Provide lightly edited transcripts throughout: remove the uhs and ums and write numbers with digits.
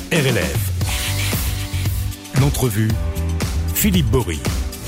RLF. L'entrevue, Philippe Bory.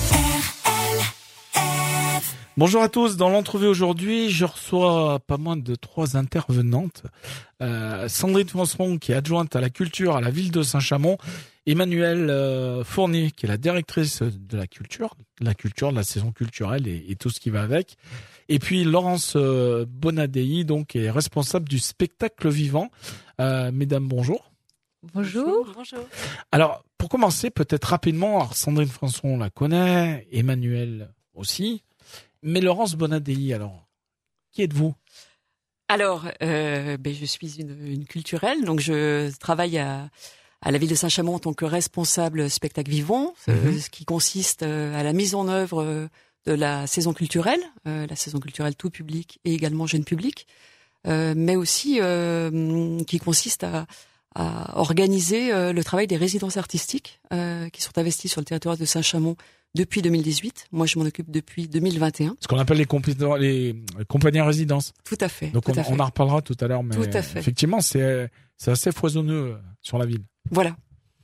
Bonjour à tous, dans l'entrevue aujourd'hui, je reçois pas moins de 3 intervenantes. Sandrine Françon, qui est adjointe à la culture à la ville de Saint-Chamond. Emmanuelle Fournier, qui est la directrice de la culture, de la saison culturelle et tout ce qui va avec. Et puis Laurence Bonadei, donc, qui est responsable du spectacle vivant. Mesdames, bonjour. Bonjour. Bonjour. Alors, pour commencer, peut-être rapidement, Sandrine Françon, on la connaît, Emmanuelle aussi. Mais Laurence Bonadei, alors, qui êtes-vous ? Alors, je suis une culturelle, donc je travaille à la ville de Saint-Chamond en tant que responsable spectacle vivant, ce qui consiste à la mise en œuvre de la saison culturelle tout public et également jeune public, mais aussi qui consiste à organiser le travail des résidences artistiques qui sont investies sur le territoire de Saint-Chamond depuis 2018. Moi, je m'en occupe depuis 2021. Ce qu'on appelle les compagnies à résidence. Tout à fait. Donc, on en reparlera tout à l'heure. Mais tout à fait. Effectivement, c'est assez foisonneux sur la ville. Voilà.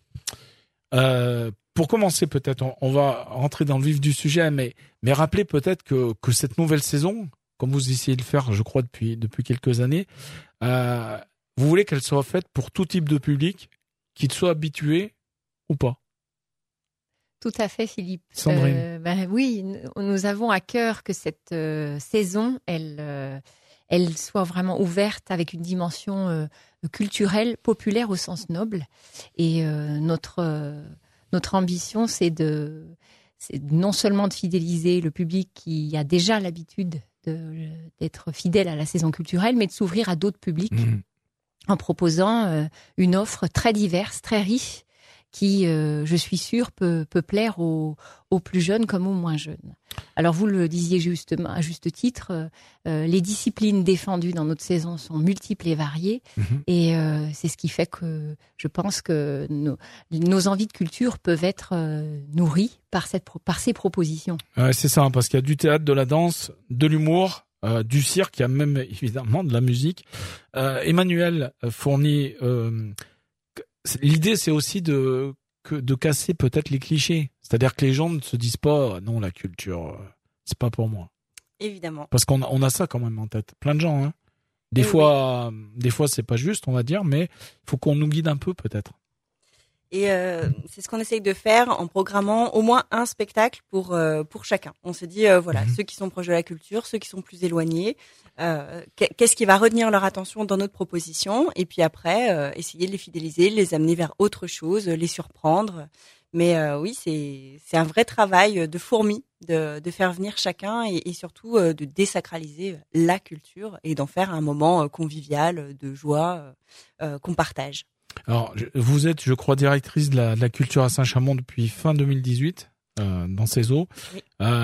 Pour commencer, peut-être, on va rentrer dans le vif du sujet, mais rappeler peut-être que cette nouvelle saison, comme vous essayez de le faire, je crois, depuis quelques années, vous voulez qu'elle soit faite pour tout type de public, qu'il soit habitué ou pas. Tout à fait, Philippe. Sandrine. Oui, nous avons à cœur que cette saison, elle soit vraiment ouverte avec une dimension culturelle, populaire au sens noble. Et notre ambition, c'est non seulement de fidéliser le public qui a déjà l'habitude d'être fidèle à la saison culturelle, mais de s'ouvrir à d'autres publics en proposant une offre très diverse, très riche, qui, je suis sûre, peut plaire aux plus jeunes comme aux moins jeunes. Alors, vous le disiez justement, à juste titre, les disciplines défendues dans notre saison sont multiples et variées, et c'est ce qui fait que je pense que nos envies de culture peuvent être nourries par ces propositions. C'est ça, parce qu'il y a du théâtre, de la danse, de l'humour, du cirque, il y a même évidemment de la musique. Emmanuelle Fournier, l'idée, c'est aussi de casser peut-être les clichés. C'est-à-dire que les gens ne se disent pas, non, la culture, c'est pas pour moi. Évidemment. Parce qu'on a ça quand même en tête. Plein de gens, hein. Des fois, c'est pas juste, on va dire, mais il faut qu'on nous guide un peu, peut-être. Et c'est ce qu'on essaye de faire en programmant au moins un spectacle pour chacun. On s'est dit, ceux qui sont proches de la culture, ceux qui sont plus éloignés, qu'est-ce qui va retenir leur attention dans notre proposition, et puis après, essayer de les fidéliser, les amener vers autre chose, les surprendre. Mais oui, c'est un vrai travail de fourmi de faire venir chacun et surtout de désacraliser la culture et d'en faire un moment convivial, de joie qu'on partage. Alors, vous êtes, je crois, directrice de la culture à Saint-Chamond depuis fin 2018, dans ces eaux. Oui.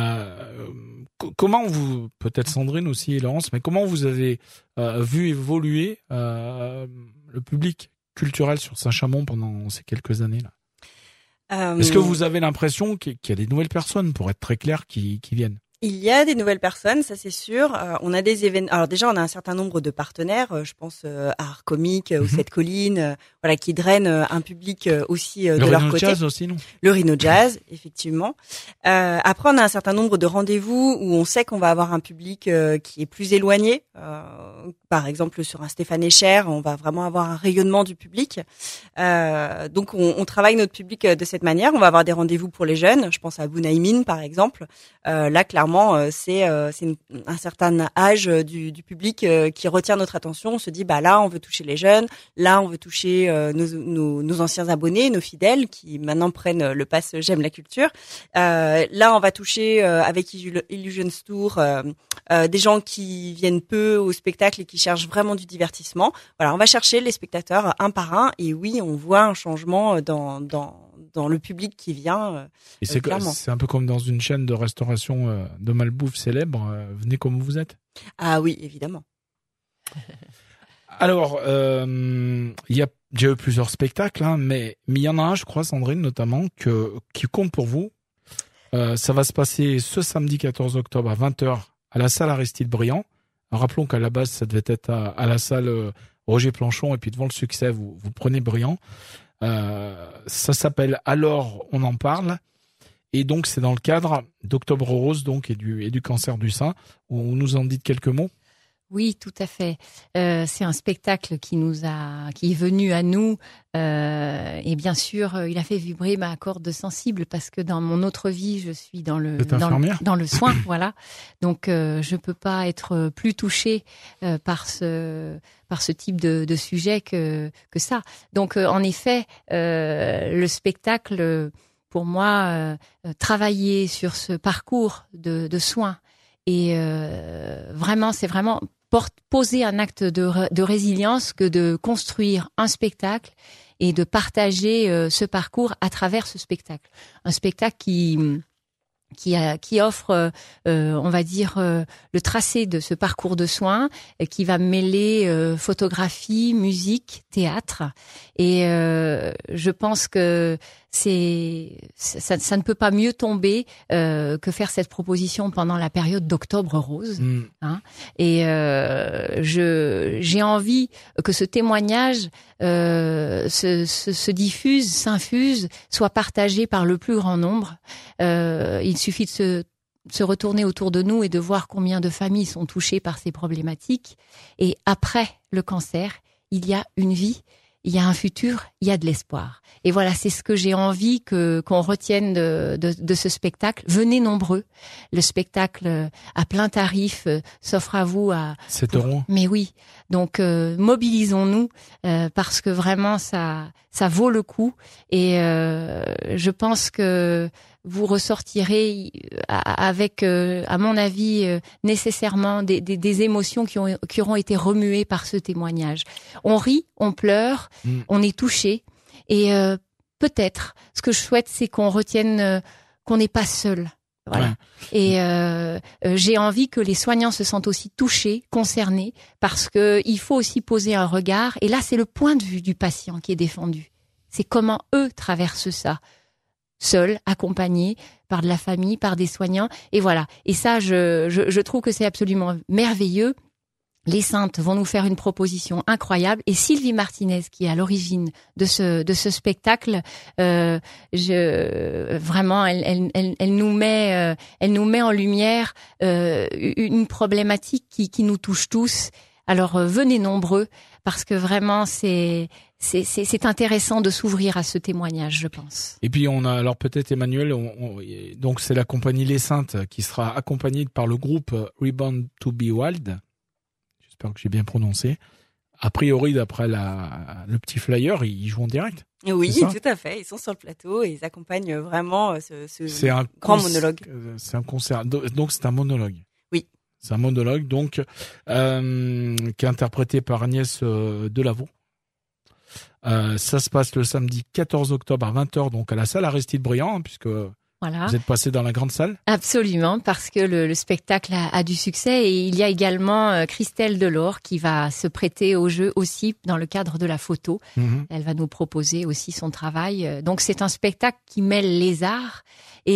Comment vous, peut-être Sandrine aussi et Laurence, mais comment vous avez vu évoluer le public culturel sur Saint-Chamond pendant ces quelques années-là ? Est-ce que vous avez l'impression qu'il y a des nouvelles personnes, pour être très clair, qui viennent ? Il y a des nouvelles personnes, ça c'est sûr. On a des événements. Alors déjà, on a un certain nombre de partenaires. Je pense à Art Comique, aux Sept Collines, qui drainent un public aussi de leur côté. Le Rhino Jazz aussi, non ? Le Rhino Jazz, effectivement. Après, on a un certain nombre de rendez-vous où on sait qu'on va avoir un public qui est plus éloigné. Par exemple, sur un Stéphane Echer, on va vraiment avoir un rayonnement du public. Donc, on travaille notre public de cette manière. On va avoir des rendez-vous pour les jeunes. Je pense à Bounaïmin, par exemple. Là, clairement, c'est un certain âge du public qui retient notre attention. On se dit, là, on veut toucher les jeunes. Là, on veut toucher nos anciens abonnés, nos fidèles qui maintenant prennent le pass J'aime la culture. Là, on va toucher avec Illusions Tour des gens qui viennent peu au spectacle et qui cherchent vraiment du divertissement. Voilà, on va chercher les spectateurs un par un et oui, on voit un changement dans le public qui vient. Et c'est un peu comme dans une chaîne de restauration de malbouffe célèbre. Venez comme vous êtes. Ah oui, évidemment. Alors, il y a déjà eu plusieurs spectacles, mais il y en a un, je crois, Sandrine, notamment, qui compte pour vous. Ça va se passer ce samedi 14 octobre à 20h à la salle Aristide Briand. Rappelons qu'à la base, ça devait être à la salle Roger Planchon, et puis devant le succès, vous prenez Briand. Ça s'appelle Alors on en parle. Et donc, c'est dans le cadre d'Octobre Rose, donc, et du cancer du sein. Vous nous en dites quelques mots? Oui, tout à fait. C'est un spectacle qui est venu à nous, et bien sûr, il a fait vibrer ma corde sensible parce que dans mon autre vie, je suis dans le soin, voilà. Donc, je peux pas être plus touchée par ce type de sujet que ça. Donc, en effet, le spectacle, pour moi, travailler sur ce parcours de soins et c'est vraiment poser un acte de résilience que de construire un spectacle et de partager ce parcours à travers ce spectacle. Un spectacle qui offre, on va dire, le tracé de ce parcours de soins, qui va mêler photographie, musique, théâtre. Et je pense que ça ne peut pas mieux tomber que faire cette proposition pendant la période d'Octobre Rose. Hein. Et j'ai envie que ce témoignage se diffuse, s'infuse, soit partagé par le plus grand nombre. Il suffit de se retourner autour de nous et de voir combien de familles sont touchées par ces problématiques. Et après le cancer, il y a une vie, il y a un futur, il y a de l'espoir. Et voilà, c'est ce que j'ai envie qu'on retienne de ce spectacle. Venez nombreux. Le spectacle à plein tarif s'offre à vous à 7 euros. Mais oui. Donc mobilisons-nous parce que vraiment ça vaut le coup. Et je pense que vous ressortirez avec, à mon avis, nécessairement des émotions qui auront été remuées par ce témoignage. On rit, on pleure, on est touché. Et peut-être, ce que je souhaite, c'est qu'on retienne qu'on n'est pas seul. Voilà. Ouais. Et j'ai envie que les soignants se sentent aussi touchés, concernés, parce que il faut aussi poser un regard. Et là, c'est le point de vue du patient qui est défendu. C'est comment eux traversent ça, seuls, accompagnés par de la famille, par des soignants. Et voilà. Et ça, je trouve que c'est absolument merveilleux. Les Saintes vont nous faire une proposition incroyable et Sylvie Martinez, qui est à l'origine de ce spectacle, vraiment, elle nous met en lumière une problématique qui nous touche tous. Alors venez nombreux parce que vraiment c'est intéressant de s'ouvrir à ce témoignage, je pense. Et puis on a alors peut-être Emmanuel, donc c'est la compagnie Les Saintes qui sera accompagnée par le groupe Reborn to Be Wild. J'espère que j'ai bien prononcé. A priori, d'après le petit flyer, ils jouent en direct. Oui, tout à fait. Ils sont sur le plateau et ils accompagnent vraiment ce grand monologue. C'est un concert. Donc, c'est un monologue. Oui. C'est un monologue, donc, qui est interprété par Agnès Delaveau. Ça se passe le samedi 14 octobre à 20h, donc à la salle Aristide Briand, puisque... Voilà. Vous êtes passé dans la grande salle? Absolument, parce que le spectacle a du succès et il y a également Christelle Delors qui va se prêter au jeu aussi dans le cadre de la photo. Elle va nous proposer aussi son travail. Donc c'est un spectacle qui mêle les arts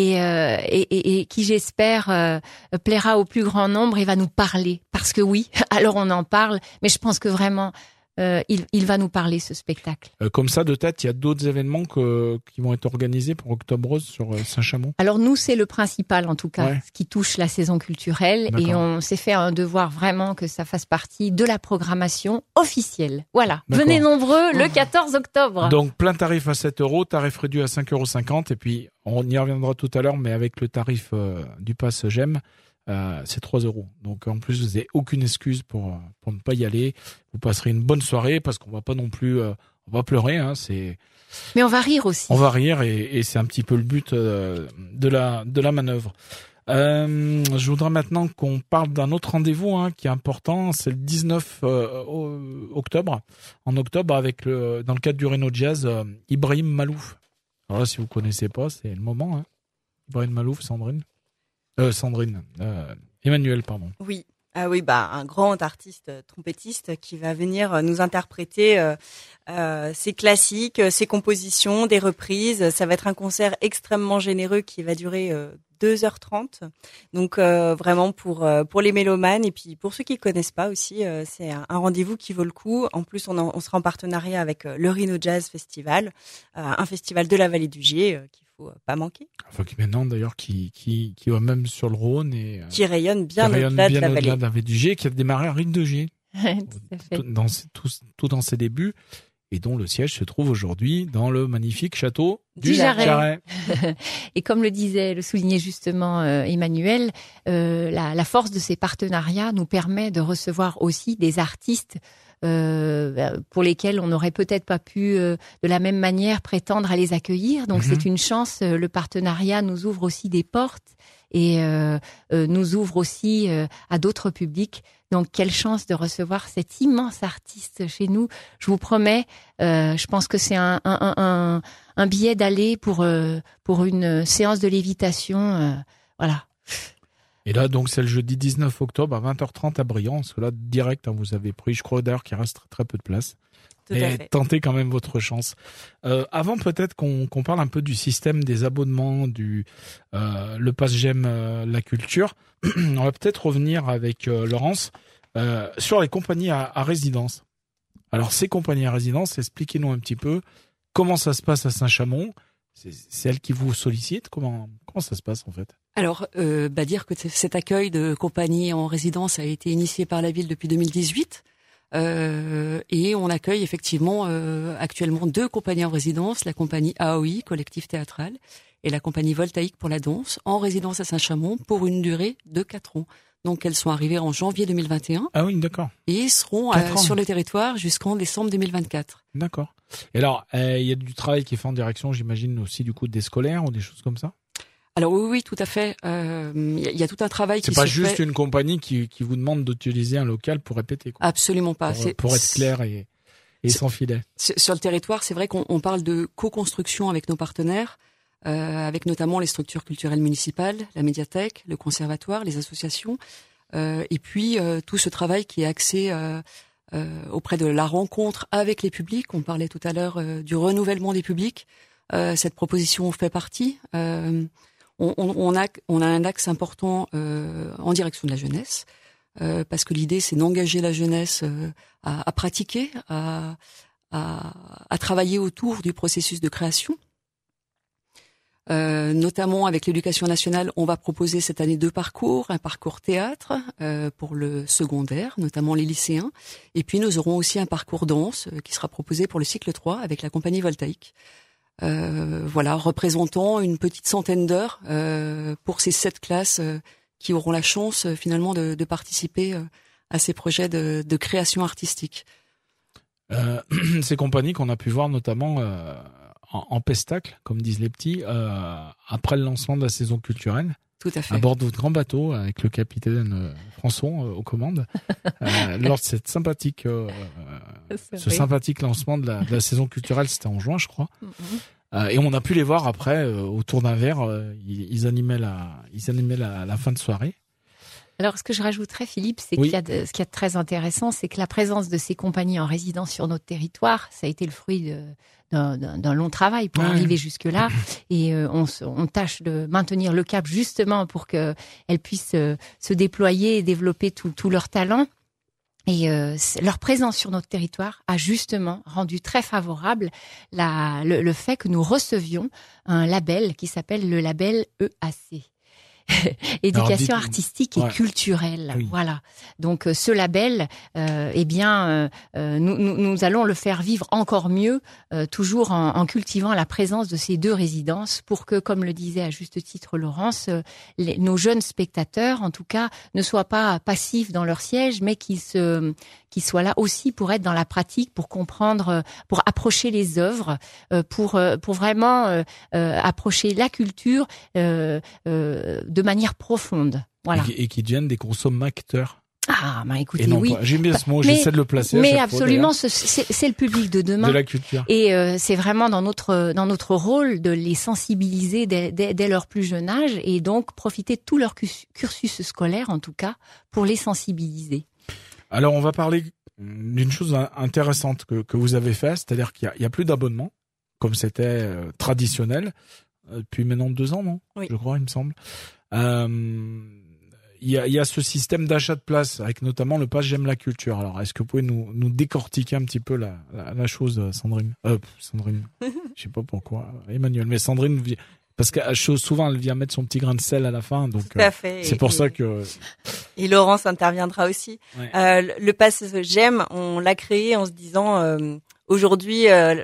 et qui j'espère plaira au plus grand nombre et va nous parler. Parce que oui, alors on en parle, mais je pense que vraiment... il va nous parler, ce spectacle. Comme ça, de tête, il y a d'autres événements qui vont être organisés pour Octobre Rose sur Saint-Chamond? Alors nous, c'est le principal, en tout cas, ce qui touche la saison culturelle. D'accord. Et on s'est fait un devoir vraiment que ça fasse partie de la programmation officielle. Voilà. D'accord. Venez nombreux le 14 octobre. Donc, plein tarif à 7 euros, tarif réduit à 5,50 €. Et puis, on y reviendra tout à l'heure, mais avec le tarif du pass J'aime, c'est 3 €. Donc en plus, vous n'avez aucune excuse pour ne pas y aller. Vous passerez une bonne soirée parce qu'on va pas non plus, on va pleurer. Hein, mais on va rire aussi. On va rire et c'est un petit peu le but de la manœuvre. Je voudrais maintenant qu'on parle d'un autre rendez-vous qui est important. C'est le 19 octobre. En octobre, dans le cadre du Reno Jazz, Ibrahim Malouf. Alors là, si vous connaissez pas, c'est le moment. Ibrahim Malouf, Emmanuel, pardon. Oui. Ah oui, un grand artiste trompettiste qui va venir nous interpréter ses classiques, ses compositions, des reprises. Ça va être un concert extrêmement généreux qui va durer 2h30. Donc vraiment pour les mélomanes et puis pour ceux qui connaissent pas aussi, c'est un rendez-vous qui vaut le coup. En plus, on sera en partenariat avec le Rhino Jazz Festival, un festival de la Vallée du Gier qu'il faut pas manquer. Enfin, qui maintenant d'ailleurs qui va même sur le Rhône et qui rayonne bien au-delà de la Vallée du Gier, qui a démarré à Rhine de Gier. Tout dans ses débuts. Et dont le siège se trouve aujourd'hui dans le magnifique château du Jarret. Et comme le soulignait justement Emmanuel, la force de ces partenariats nous permet de recevoir aussi des artistes pour lesquels on n'aurait peut-être pas pu de la même manière prétendre à les accueillir. Donc c'est une chance. Le partenariat nous ouvre aussi des portes et nous ouvre aussi à d'autres publics. Donc, quelle chance de recevoir cet immense artiste chez nous. Je vous promets, je pense que c'est un billet d'aller pour une séance de lévitation. Voilà. Et là, donc, c'est le jeudi 19 octobre à 20h30 à Briand. Parce que là, direct, vous avez pris, je crois d'ailleurs qu'il reste très peu de place. Et tentez quand même votre chance. Avant peut-être qu'on parle un peu du système des abonnements, le pass J'aime la culture. On va peut-être revenir avec Laurence sur les compagnies à résidence. Alors ces compagnies à résidence, expliquez-nous un petit peu comment ça se passe à Saint-Chamond. C'est elles qui vous sollicitent. Comment ça se passe en fait? Alors, dire que cet accueil de compagnies en résidence a été initié par la ville depuis 2018. Et on accueille effectivement actuellement 2 compagnies en résidence, la compagnie AOI, collectif théâtral, et la compagnie Voltaïque pour la danse, en résidence à Saint-Chamond pour une durée de 4 ans. Donc elles sont arrivées en janvier 2021. Ah oui, d'accord. Et seront sur le territoire jusqu'en décembre 2024. D'accord. Et alors, il y a du travail qui est fait en direction, j'imagine, aussi du coup des scolaires ou des choses comme ça? Alors oui, tout à fait. Y a tout un travail qui se fait. C'est pas juste une compagnie qui vous demande d'utiliser un local pour répéter, quoi. Absolument pas. Pour être clair et sans filet. Sur le territoire, c'est vrai qu'on parle de co-construction avec nos partenaires, avec notamment les structures culturelles municipales, la médiathèque, le conservatoire, les associations, et puis tout ce travail qui est axé auprès de la rencontre avec les publics. On parlait tout à l'heure du renouvellement des publics. Cette proposition fait partie. On a un axe important en direction de la jeunesse, parce que l'idée c'est d'engager la jeunesse à pratiquer, à travailler autour du processus de création. Notamment avec l'éducation nationale, on va proposer cette année 2 parcours, un parcours théâtre pour le secondaire, notamment les lycéens, et puis nous aurons aussi un parcours danse qui sera proposé pour le cycle 3 avec la compagnie Voltaïque. Représentant une petite centaine d'heures pour ces 7 classes qui auront la chance finalement de participer à ces projets de création artistique. Ces compagnies qu'on a pu voir notamment en pestacle, comme disent les petits, après le lancement de la saison culturelle. Tout à fait. À bord de votre grand bateau avec le capitaine François aux commandes, lors de cette sympathique lancement de la saison culturelle, c'était en juin, je crois. Et on a pu les voir après autour d'un verre. Ils animaient la fin de soirée. Alors, ce que je rajouterais, Philippe, c'est ce qu'il y a de très intéressant, c'est que la présence de ces compagnies en résidence sur notre territoire, ça a été le fruit d'un long travail pour arriver jusque-là. Et on tâche de maintenir le cap justement pour qu'elles puissent se déployer et développer tout leur talent. Et leur présence sur notre territoire a justement rendu très favorable le fait que nous recevions un label qui s'appelle le label EAC. Éducation artistique et culturelle. Oui. Voilà. Donc ce label, nous allons le faire vivre encore mieux, toujours en cultivant la présence de ces 2 résidences, pour que, comme le disait à juste titre Laurence, nos jeunes spectateurs, en tout cas, ne soient pas passifs dans leur siège, mais qu'ils soient là aussi pour être dans la pratique, pour comprendre, pour approcher les œuvres, pour vraiment approcher la culture de manière profonde. Voilà. Et qui deviennent des consommateurs. Ah, écoutez, oui. J'aime bien ce mot, j'essaie de le placer. Mais absolument, c'est le public de demain. De la culture. Et c'est vraiment dans notre rôle de les sensibiliser dès leur plus jeune âge, et donc profiter de tout leur cursus scolaire, en tout cas, pour les sensibiliser. Alors, on va parler d'une chose intéressante que vous avez fait, c'est-à-dire qu'il y a plus d'abonnements, comme c'était traditionnel. depuis maintenant 2 ans, non? Oui. Je crois, il me semble. Il y a ce système d'achat de place avec notamment le pass J'aime la culture. Alors, est-ce que vous pouvez nous décortiquer un petit peu la chose, Sandrine? Sandrine. Je sais pas pourquoi. Emmanuel. Mais Sandrine, parce que souvent, elle vient mettre son petit grain de sel à la fin. Donc, tout à fait. C'est pour ça que... Et Laurence interviendra aussi. Ouais. Le pass J'aime, on l'a créé en se disant, aujourd'hui,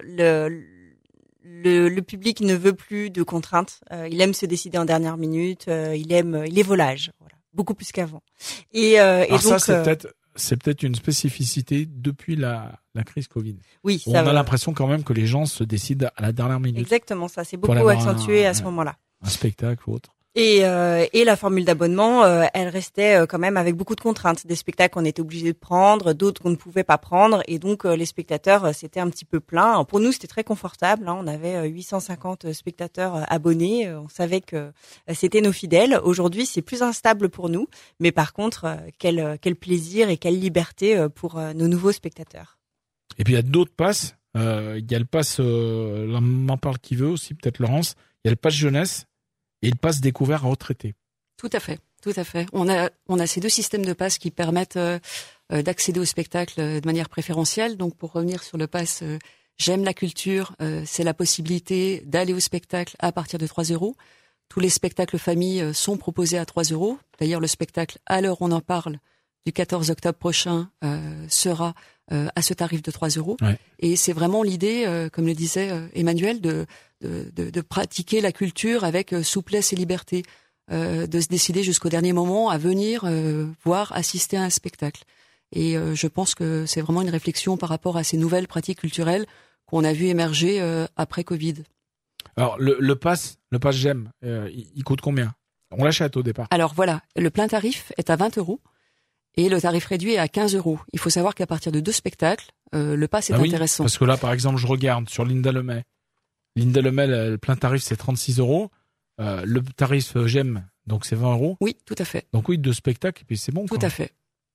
le public ne veut plus de contraintes. Il aime se décider en dernière minute. Il est volage. Voilà. Beaucoup plus qu'avant. Et Alors donc, ça, c'est peut-être une spécificité depuis la crise Covid. oui, On a l'impression quand même que les gens se décident à la dernière minute. Exactement, ça c'est Pour beaucoup avoir accentué à ce moment-là. Un spectacle ou autre. Et la formule d'abonnement, elle restait quand même avec beaucoup de contraintes. Des spectacles qu'on était obligé de prendre, d'autres qu'on ne pouvait pas prendre. Et donc, les spectateurs, c'était un petit peu plein. Alors, pour nous, c'était très confortable. On avait 850 spectateurs abonnés. On savait que c'était nos fidèles. Aujourd'hui, c'est plus instable pour nous. Mais par contre, quel plaisir et quelle liberté pour nos nouveaux spectateurs. Et puis, il y a d'autres passes. Il y a le pass, là, m'en parle qui veut aussi, peut-être Laurence. Il y a le pass jeunesse. Et le pass découvert à retraité. Tout à fait. On a ces deux systèmes de pass qui permettent d'accéder au spectacle de manière préférentielle. Donc, pour revenir sur le pass J'aime la culture, c'est la possibilité d'aller au spectacle à partir de 3 €. Tous les spectacles famille sont proposés à 3 €. D'ailleurs, le spectacle, à l'heure où on en parle, du 14 octobre prochain, sera à ce tarif de 3 €. Ouais. Et c'est vraiment l'idée, comme le disait Emmanuel, de pratiquer la culture avec souplesse et liberté, de se décider jusqu'au dernier moment à venir voir, assister à un spectacle. Et je pense que c'est vraiment une réflexion par rapport à ces nouvelles pratiques culturelles qu'on a vu émerger après Covid. Alors, le pass J'aime, il coûte combien? On l'achète au départ. Alors voilà, le plein tarif est à 20 € et le tarif réduit est à 15 €. Il faut savoir qu'à partir de 2 spectacles, le pass est intéressant. Parce que là, par exemple, je regarde sur Linda Lemay. Linda Lemay, le plein tarif, c'est 36 €. Le tarif J'aime, donc c'est 20 €. Oui, tout à fait. Donc oui, 2 spectacles, et puis c'est bon. Tout à fait.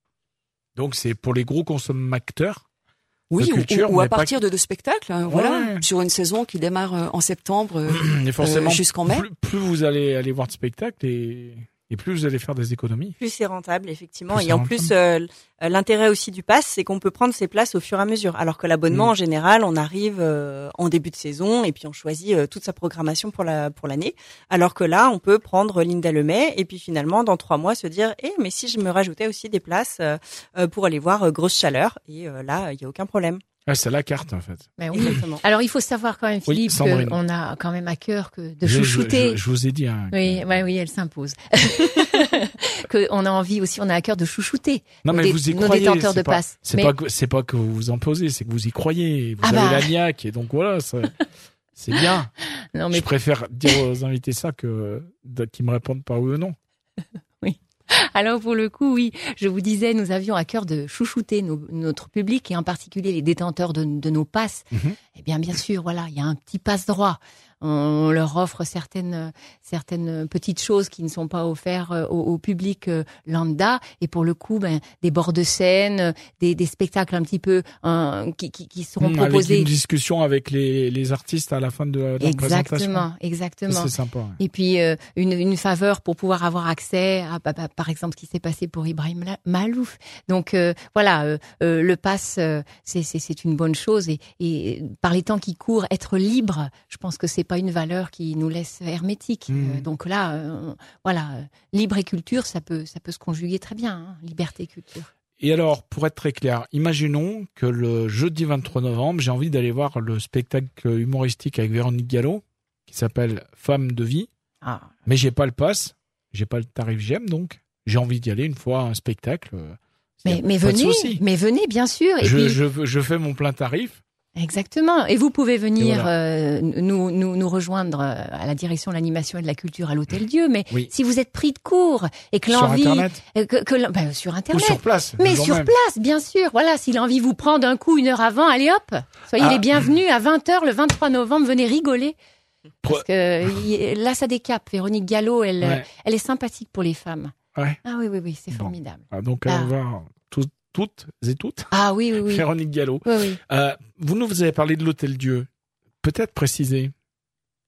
Donc c'est pour les gros consommateurs. Oui, culture, ou à mais pas partir de 2 spectacles, voilà, Ouais. sur une saison qui démarre en septembre Et forcément, jusqu'en mai. plus vous allez aller voir de spectacles et plus vous allez faire des économies. Plus c'est rentable, effectivement. Plus Et c'est en plus, l'intérêt aussi du pass, c'est qu'on peut prendre ses places au fur et à mesure. Alors que l'abonnement, en général, on arrive en début de saison et puis on choisit toute sa programmation pour l'année. Alors que là, on peut prendre Linda Lemay et puis finalement, dans 3 mois, se dire, mais si je me rajoutais aussi des places pour aller voir Grosse Chaleur. Et là, il y a aucun problème. Ah, c'est la carte, en fait. Ben oui. Exactement. Alors il faut savoir quand même, Oui, Philippe, Sandrine. qu'on a quand même à cœur de chouchouter. Je vous ai dit. Hein, Oui, elle s'impose. On a envie aussi, on a à cœur de chouchouter non, mais vous y nos croyez. détenteurs de pas, passe. C'est pas que vous vous en posez, c'est que vous y croyez. Vous avez la niaque et donc voilà, c'est bien. Non, mais Je préfère dire aux invités ça que qu'ils me répondent par oui ou non. alors pour le coup, oui, je vous disais, nous avions à cœur de chouchouter notre public et en particulier les détenteurs de nos passes. Mhm. Eh bien sûr, voilà, il y a un petit passe-droit. On leur offre certaines petites choses qui ne sont pas offertes au public lambda. Et pour le coup, des bords de scène, des spectacles un petit peu qui seront proposés. Avec une discussion avec les artistes à la fin de la présentation. Exactement. Ça, c'est sympa. Ouais. Et puis une faveur pour pouvoir avoir accès à, par exemple, ce qui s'est passé pour Ibrahim Malouf. Donc voilà, le pass, c'est une bonne chose. Et par les temps qui courent, être libre, je pense que c'est pas une valeur qui nous laisse hermétique. Donc là, voilà, libre et culture, ça peut se conjuguer très bien. Hein, liberté et culture. Et alors, pour être très clair, imaginons que le jeudi 23 novembre, j'ai envie d'aller voir le spectacle humoristique avec Véronique Gallo, qui s'appelle Femme de vie. Ah. Mais j'ai pas le pass, j'ai pas le tarif J'aime, donc j'ai envie d'y aller une fois à un spectacle. Mais venez, bien sûr. Et je fais mon plein tarif. Exactement. Et vous pouvez venir nous rejoindre à la direction de l'animation et de la culture à l'Hôtel Dieu. Mais si vous êtes pris de court et que l'envie... Sur Internet sur Internet. Ou sur place. Mais sur place, bien sûr. Voilà, si l'envie vous prend d'un coup 1 heure avant, allez hop. Soyez les bienvenus à 20h le 23 novembre. Venez rigoler. Parce que là, ça décape. Véronique Gallo, elle est sympathique pour les femmes. Ouais. Ah oui, c'est formidable. Donc, on va toutes et toutes. Ah oui. Véronique Gallo. Oui. Vous avez parlé de l'Hôtel Dieu. Peut-être préciser.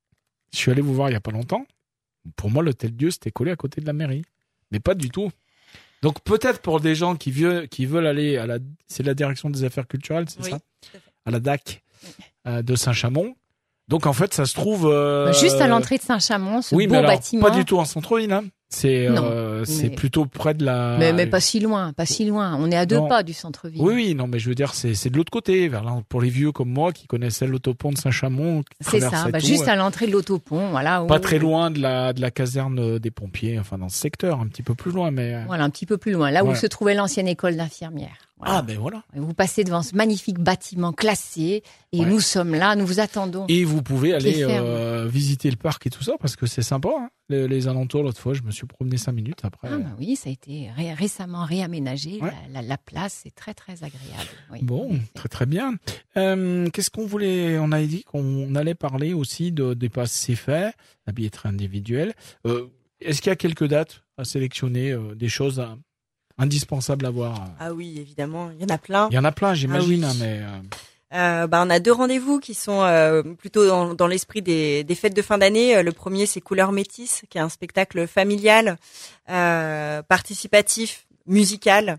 Je suis allé vous voir il y a pas longtemps. Pour moi, l'Hôtel Dieu, c'était collé à côté de la mairie. Mais pas du tout. Donc peut-être pour des gens qui veulent aller c'est la direction des affaires culturelles, c'est ça ? À la DAC de Saint-Chamond. Donc en fait, ça se trouve juste à l'entrée de Saint-Chamond, ce beau bâtiment. Pas du tout en centre-ville, hein. C'est plutôt près de la. Mais pas si loin. On est à 2 pas du centre-ville. Oui, non, mais je veux dire, c'est de l'autre côté, vers là, pour les vieux comme moi qui connaissaient l'autopont de Saint-Chamond. C'est ça, juste à l'entrée de l'autopont, voilà. Pas très loin de la caserne des pompiers, enfin dans ce secteur, un petit peu plus loin, mais. Voilà, un petit peu plus loin, là où se trouvait l'ancienne école d'infirmières. Voilà. Ah ben voilà. Et vous passez devant ce magnifique bâtiment classé et nous sommes là, nous vous attendons. Et vous pouvez aller visiter le parc et tout ça parce que c'est sympa. Hein. Les alentours, l'autre fois, je me suis promené 5 minutes après. Ah bah oui, ça a été récemment réaménagé. Ouais. La place est très très agréable. Oui, bon, très très bien. Qu'est-ce qu'on voulait ? On avait dit qu'on allait parler aussi des passes c'est fait, la billetterie individuelle. Est-ce qu'il y a quelques dates à sélectionner, des choses indispensables à voir ? Ah oui, évidemment, il y en a plein. Il y en a plein, j'imagine, ah oui. Mais. On a 2 rendez-vous qui sont plutôt dans l'esprit des fêtes de fin d'année. Le premier, c'est Couleur Métis, qui est un spectacle familial, participatif, musical,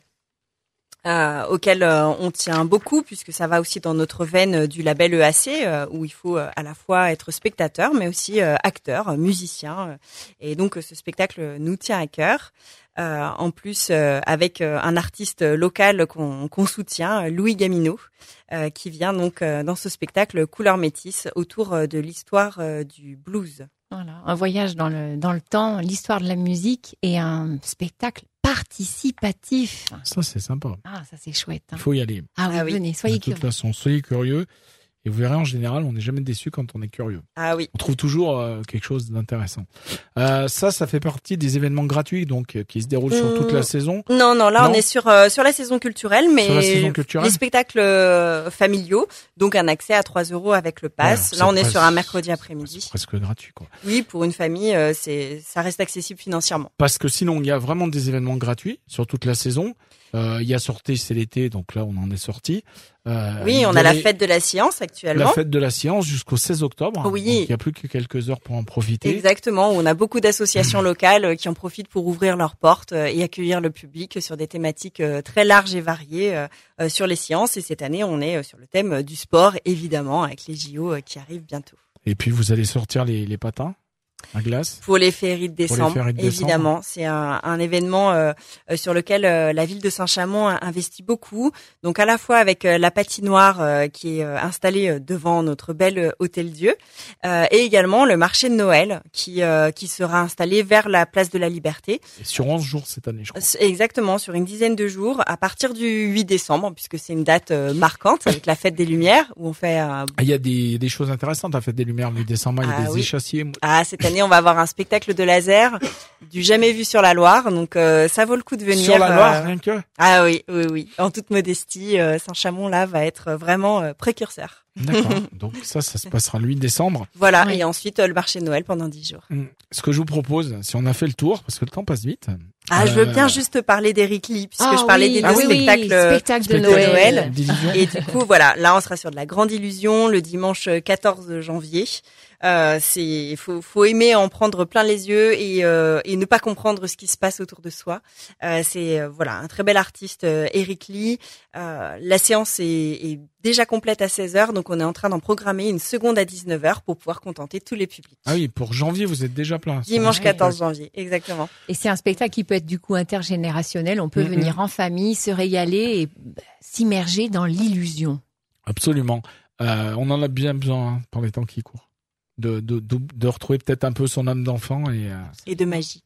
auquel on tient beaucoup, puisque ça va aussi dans notre veine du label EAC, où il faut à la fois être spectateur, mais aussi acteur, musicien. Et donc, ce spectacle nous tient à cœur. En plus, avec un artiste local qu'on soutient, Louis Gamino, qui vient donc dans ce spectacle Couleur Métis autour de l'histoire du blues. Voilà, un voyage dans le temps, l'histoire de la musique et un spectacle participatif. Ça, c'est sympa. Ah, ça, c'est chouette. Hein. Il faut y aller. Ah oui, venez, soyez curieux. De toute façon, soyez curieux. Et vous verrez, en général, on n'est jamais déçu quand on est curieux. Ah oui. On trouve toujours quelque chose d'intéressant. Ça fait partie des événements gratuits, donc qui se déroulent sur toute la saison. Non, là, on est sur la saison culturelle, mais sur la saison culturelle. Les spectacles familiaux, donc un accès à 3 € avec le pass. Voilà, là, on est sur un mercredi après-midi. C'est presque gratuit, quoi. Oui, pour une famille, ça reste accessible financièrement. Parce que sinon, il y a vraiment des événements gratuits sur toute la saison. Il y a sorti, c'est l'été, donc là on en est sorti. Oui, on a la fête de la science actuellement. La fête de la science jusqu'au 16 octobre. Oui. Donc il n'y a plus que quelques heures pour en profiter. Exactement. On a beaucoup d'associations locales qui en profitent pour ouvrir leurs portes et accueillir le public sur des thématiques très larges et variées sur les sciences. Et cette année, on est sur le thème du sport, évidemment, avec les JO qui arrivent bientôt. Et puis vous allez sortir les patins à glace. Pour les féeries de décembre, évidemment. C'est un événement sur lequel la ville de Saint-Chamond investit beaucoup. Donc à la fois avec la patinoire qui est installée devant notre bel Hôtel Dieu, et également le marché de Noël qui sera installé vers la place de la Liberté. Et sur 11 jours cette année, je crois. Exactement, sur une dizaine de jours, à partir du 8 décembre, puisque c'est une date marquante avec la fête des Lumières, où on fait... Il y a des choses intéressantes à la fête des Lumières, le 8 décembre, il y a des échassiers. Cette année, on va avoir un spectacle de laser du jamais vu sur la Loire, donc ça vaut le coup de venir. Sur la Loire, rien que. Ah oui. En toute modestie, Saint-Chamond là va être vraiment précurseur. D'accord. Donc ça se passera le 8 décembre. Voilà. Oui. Et ensuite le marché de Noël pendant 10 jours. Ce que je vous propose, si on a fait le tour, parce que le temps passe vite. Je veux bien juste parler d'Eric Lee, puisque je parlais des deux spectacles de Noël. Et du coup, voilà, là, on sera sur de la Grande Illusion le dimanche 14 janvier. Faut aimer en prendre plein les yeux et ne pas comprendre ce qui se passe autour de soi. Voilà, un très bel artiste, Eric Lee. La séance est déjà complète à 16h, donc on est en train d'en programmer une seconde à 19h pour pouvoir contenter tous les publics. Ah oui, pour janvier, vous êtes déjà plein. Dimanche 14 janvier, exactement. Et c'est un spectacle qui peut être du coup intergénérationnel. On peut venir en famille, se régaler et s'immerger dans l'illusion. Absolument. On en a bien besoin par les temps qui courent. De retrouver peut-être un peu son âme d'enfant et de magie.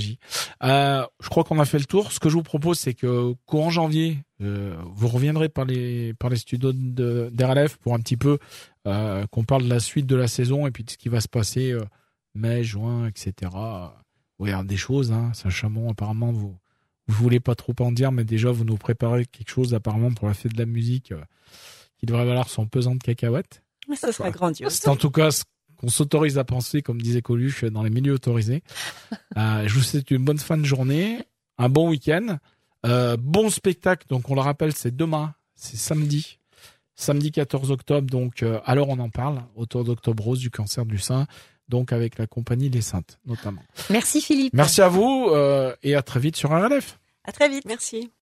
Je crois qu'on a fait le tour. Ce que je vous propose, c'est que courant janvier, vous reviendrez par les studios d'RLF pour un petit peu qu'on parle de la suite de la saison et puis de ce qui va se passer mai, juin, etc. Vous regardez des choses, hein. Saint-Chamond, apparemment, vous voulez pas trop en dire, mais déjà vous nous préparez quelque chose apparemment pour la fête de la musique qui devrait valoir son pesant de cacahuètes. Mais ça sera grandiose. C'est en tout cas qu'on s'autorise à penser, comme disait Coluche, dans les milieux autorisés. Je vous souhaite une bonne fin de journée, un bon week-end, bon spectacle. Donc on le rappelle, c'est demain, c'est samedi 14 octobre. Donc alors on en parle autour d'Octobre Rose, du cancer du sein. donc avec la compagnie Les Saintes notamment. Merci Philippe. Merci à vous et à très vite sur RLF. À très vite. Merci.